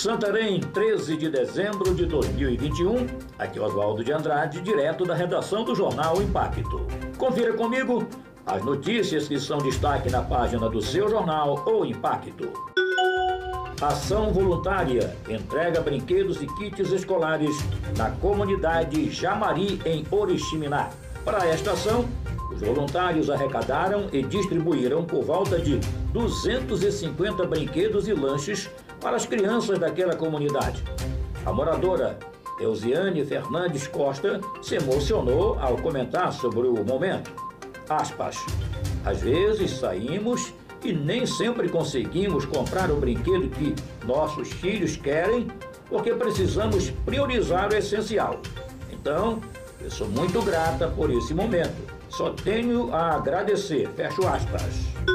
Santarém, 13 de dezembro de 2021. Aqui é Oswaldo de Andrade, direto da redação do jornal Impacto. Confira comigo as notícias que são destaque na página do seu jornal, O Impacto. Ação voluntária entrega brinquedos e kits escolares na comunidade Jamari, em Oriximiná. Para esta ação, os voluntários arrecadaram e distribuíram por volta de 250 brinquedos e lanches para as crianças daquela comunidade. A moradora Elziane Fernandes Costa se emocionou ao comentar sobre o momento. Aspas, às vezes saímos e nem sempre conseguimos comprar o brinquedo que nossos filhos querem, porque precisamos priorizar o essencial. Então, eu sou muito grata por esse momento. Só tenho a agradecer. Fecho aspas.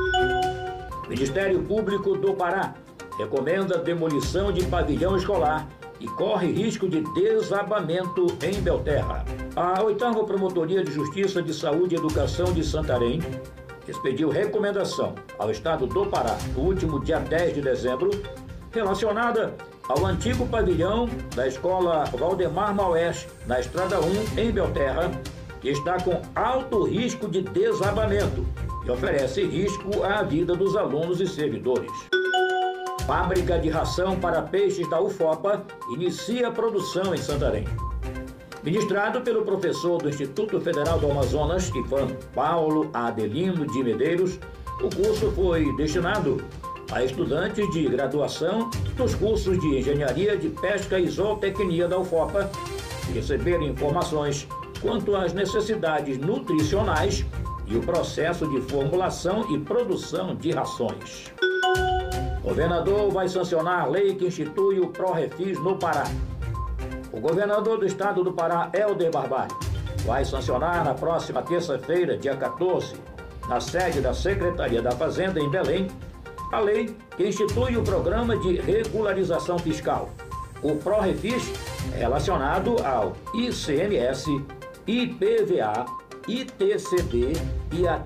Ministério Público do Pará recomenda demolição de pavilhão escolar e corre risco de desabamento em Belterra. A 8ª Promotoria de Justiça de Saúde e Educação de Santarém expediu recomendação ao Estado do Pará no último dia 10 de dezembro, relacionada ao antigo pavilhão da Escola Valdemar Maués, na Estrada 1, em Belterra, que está com alto risco de desabamento e oferece risco à vida dos alunos e servidores. Fábrica de ração para peixes da UFOPA inicia a produção em Santarém. Ministrado pelo professor do Instituto Federal do Amazonas, Ivan Paulo Adelino de Medeiros, o curso foi destinado a estudantes de graduação dos cursos de Engenharia de Pesca e Zootecnia da UFOPA que receberam informações quanto às necessidades nutricionais e o processo de formulação e produção de rações. O governador vai sancionar a lei que institui o Pró-Refis no Pará. O governador do estado do Pará, Helder Barbalho, vai sancionar na próxima terça-feira, dia 14, na sede da Secretaria da Fazenda, em Belém, a lei que institui o Programa de Regularização Fiscal. O Pró-Refis é relacionado ao ICMS, IPVA, ITCD e a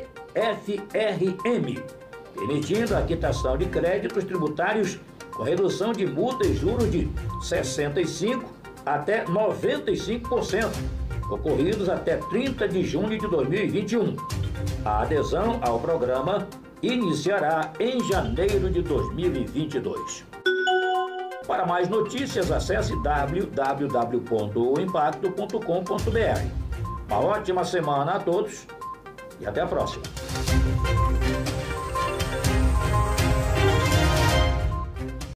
TFRM, permitindo a quitação de créditos tributários com redução de multa e juros de 65% até 95%, ocorridos até 30 de junho de 2021. A adesão ao programa iniciará em janeiro de 2022. Para mais notícias, acesse www.impacto.com.br. Uma ótima semana a todos e até a próxima.